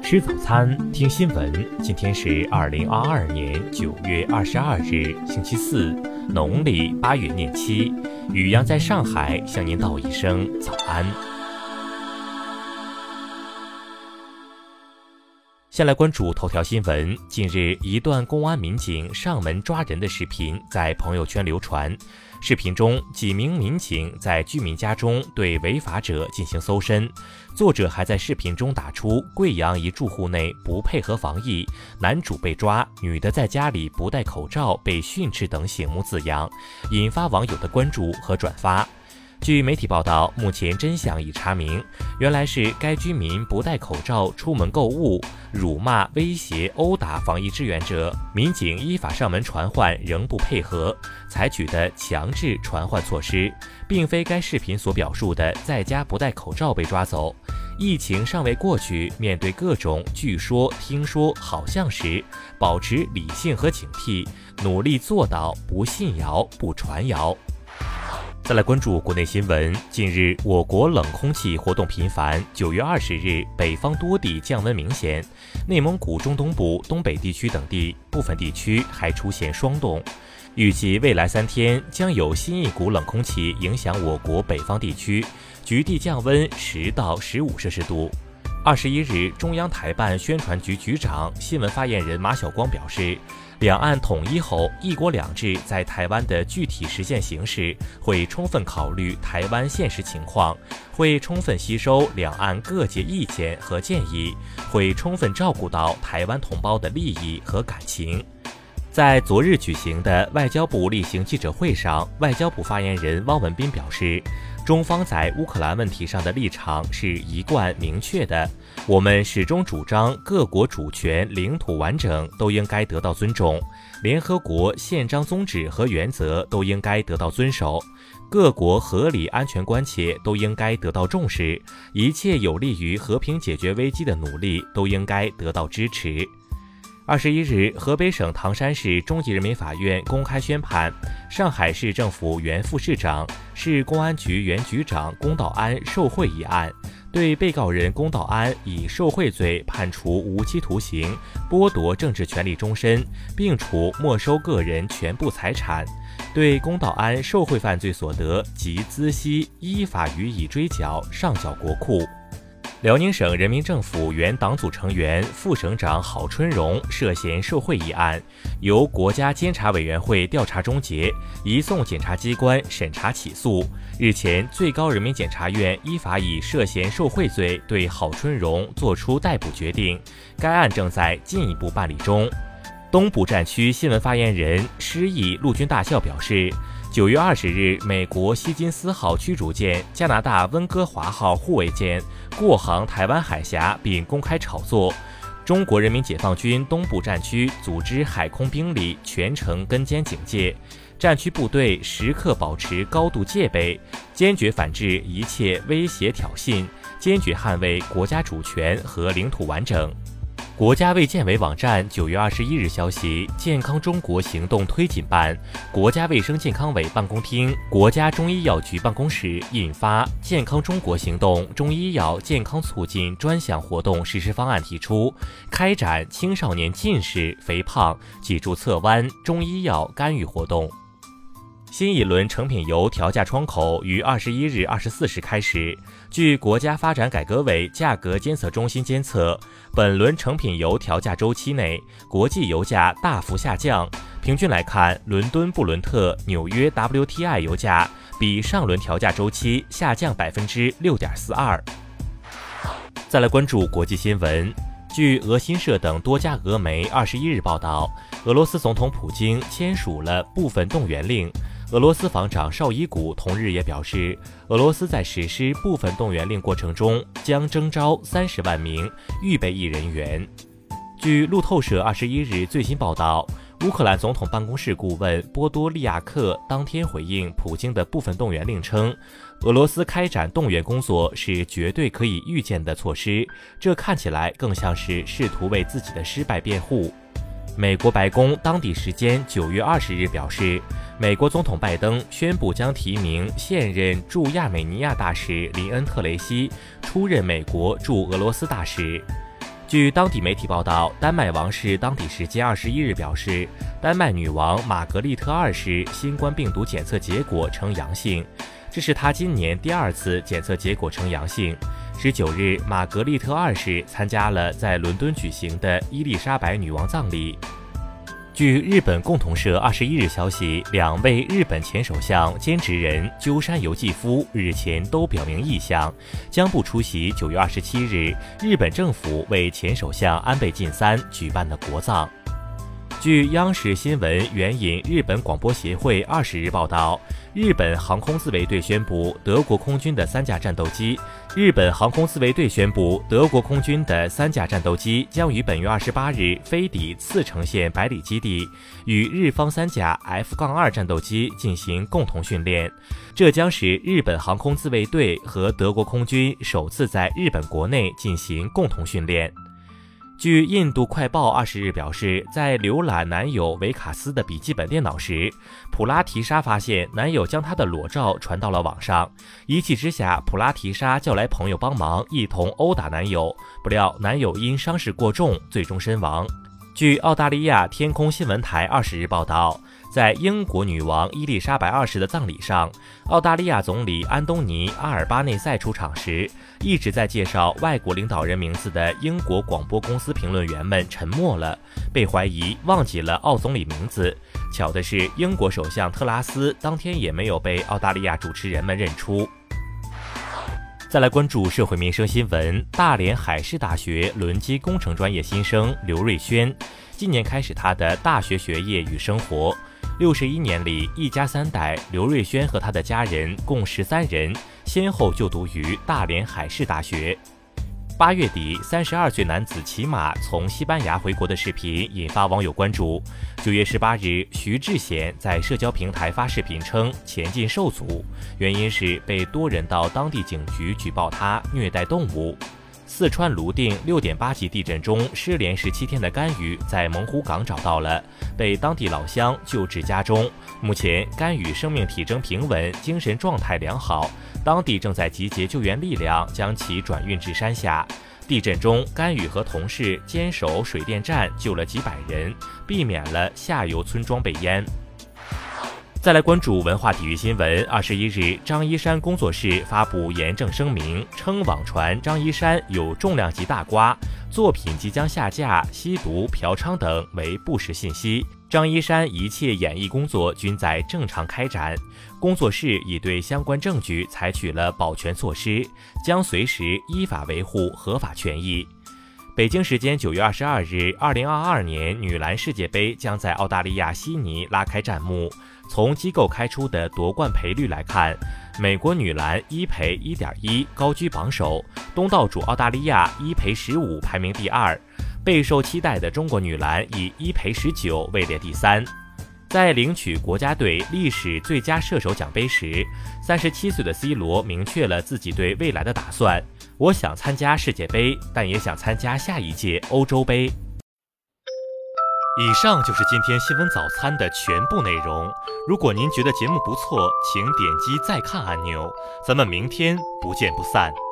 吃早餐，听新闻。今天是2022年9月22日，星期四，农历8月廿7。雨阳在上海向您道一声早安。先来关注头条新闻。近日，一段公安民警上门抓人的视频在朋友圈流传。视频中，几名民警在居民家中对违法者进行搜身。作者还在视频中打出贵阳一住户内不配合防疫，男主被抓，女的在家里不戴口罩被训斥等醒目字样，引发网友的关注和转发。据媒体报道，目前真相已查明，原来是该居民不戴口罩出门购物，辱骂、威胁、殴打防疫志愿者，民警依法上门传唤仍不配合，采取的强制传唤措施，并非该视频所表述的在家不戴口罩被抓走。疫情尚未过去，面对各种据说、听说、好像时，保持理性和警惕，努力做到不信谣、不传谣。再来关注国内新闻。近日，我国冷空气活动频繁。9月20日，北方多地降温明显，内蒙古中东部、东北地区等地部分地区还出现霜冻。预计未来3天将有新一股冷空气影响我国北方地区，局地降温10到15摄氏度。21日，中央台办宣传局局长、新闻发言人马晓光表示，两岸统一后，一国两制在台湾的具体实现形势会充分考虑台湾现实情况，会充分吸收两岸各界意见和建议，会充分照顾到台湾同胞的利益和感情。在昨日举行的外交部例行记者会上，外交部发言人汪文斌表示，中方在乌克兰问题上的立场是一贯明确的，我们始终主张各国主权、领土完整都应该得到尊重，联合国宪章宗旨和原则都应该得到遵守，各国合理安全关切都应该得到重视，一切有利于和平解决危机的努力都应该得到支持。21日，河北省唐山市中级人民法院公开宣判上海市政府原副市长、市公安局原局长龚道安受贿一案，对被告人龚道安以受贿罪判处无期徒刑，剥夺政治权利终身，并处没收个人全部财产，对龚道安受贿犯罪所得及孳息依法予以追缴，上缴国库。辽宁省人民政府原党组成员、副省长郝春荣涉嫌受贿一案，由国家监察委员会调查终结，移送检察机关审查起诉。日前，最高人民检察院依法以涉嫌受贿罪对郝春荣作出逮捕决定，该案正在进一步办理中。东部战区新闻发言人施毅陆军大校表示，9月20日，美国希金斯号驱逐舰、加拿大温哥华号护卫舰过航台湾海峡并公开炒作。中国人民解放军东部战区组织海空兵力全程跟监警戒，战区部队时刻保持高度戒备，坚决反制一切威胁挑衅，坚决捍卫国家主权和领土完整。国家卫健委网站9月21日消息，健康中国行动推进办、国家卫生健康委办公厅、国家中医药局办公室印发《健康中国行动中医药健康促进专项活动实施方案》，提出开展青少年近视、肥胖、脊柱侧弯中医药干预活动。新一轮成品油调价窗口于21日24时开始。据国家发展改革委价格监测中心监测，本轮成品油调价周期内，国际油价大幅下降。平均来看，伦敦布伦特、纽约 WTI 油价比上轮调价周期下降 6.42%。再来关注国际新闻。据俄新社等多家俄媒21日报道，俄罗斯总统普京签署了部分动员令。俄罗斯防长绍伊古同日也表示，俄罗斯在实施部分动员令过程中将征召30万名预备役人员。据路透社21日最新报道，乌克兰总统办公室顾问波多利亚克当天回应普京的部分动员令称，俄罗斯开展动员工作是绝对可以预见的措施，这看起来更像是试图为自己的失败辩护。美国白宫当地时间9月20日表示，美国总统拜登宣布将提名现任驻亚美尼亚大使林恩·特雷西出任美国驻俄罗斯大使。 据当地媒体报道，丹麦王室当地时间21日表示，丹麦女王玛格丽特2世新冠病毒检测结果呈阳性，这是她今年第2次检测结果呈阳性。19日，玛格丽特2世参加了在伦敦举行的伊丽莎白女王葬礼。据日本共同社21日消息，2位日本前首相兼职人鸠山由纪夫日前都表明意向，将不出席9月27日日本政府为前首相安倍晋三举办的国葬。据央视新闻援引日本广播协会20日报道，日本航空自卫队宣布，德国空军的3架战斗机将于本月28日飞抵茨城县百里基地，与日方3架 F-2 战斗机进行共同训练。这将是日本航空自卫队和德国空军首次在日本国内进行共同训练。据印度快报20日表示，在浏览男友维卡斯的笔记本电脑时，普拉提莎发现男友将她的裸照传到了网上。一气之下，普拉提莎叫来朋友帮忙，一同殴打男友，不料男友因伤势过重，最终身亡。据澳大利亚天空新闻台20日报道，在英国女王伊丽莎白2世的葬礼上，澳大利亚总理安东尼·阿尔巴内塞出场时，一直在介绍外国领导人名字的英国广播公司评论员们沉默了，被怀疑忘记了澳总理名字。巧的是，英国首相特拉斯当天也没有被澳大利亚主持人们认出。再来关注社会民生新闻，大连海事大学轮机工程专业新生刘瑞轩，今年开始他的大学学业与生活。61年里，一家3代，刘瑞轩和他的家人共13人，先后就读于大连海事大学。8月底，32岁男子骑马从西班牙回国的视频引发网友关注。9月18日，徐志显在社交平台发视频称前进受阻，原因是被多人到当地警局举报他虐待动物。四川泸定6.8级地震中失联17天的甘宇在猛虎港找到了，被当地老乡救治家中。目前甘宇生命体征平稳，精神状态良好，当地正在集结救援力量，将其转运至山下。地震中，甘宇和同事坚守水电站，救了几百人，避免了下游村庄被淹。再来关注文化体育新闻。21日，张一山工作室发布严正声明，称网传张一山有重量级大瓜，作品即将下架，吸毒、嫖娼等为不实信息。张一山一切演艺工作均在正常开展，工作室已对相关证据采取了保全措施，将随时依法维护合法权益。北京时间9月22日，2022年女篮世界杯将在澳大利亚悉尼拉开战幕。从机构开出的夺冠赔率来看，美国女篮1赔 1.1 高居榜首，东道主澳大利亚1赔15排名第2，备受期待的中国女篮以1赔19位列第3。在领取国家队历史最佳射手奖杯时，37岁的 C 罗明确了自己对未来的打算：我想参加世界杯，但也想参加下一届欧洲杯。以上就是今天新闻早餐的全部内容。如果您觉得节目不错，请点击再看按钮。咱们明天不见不散。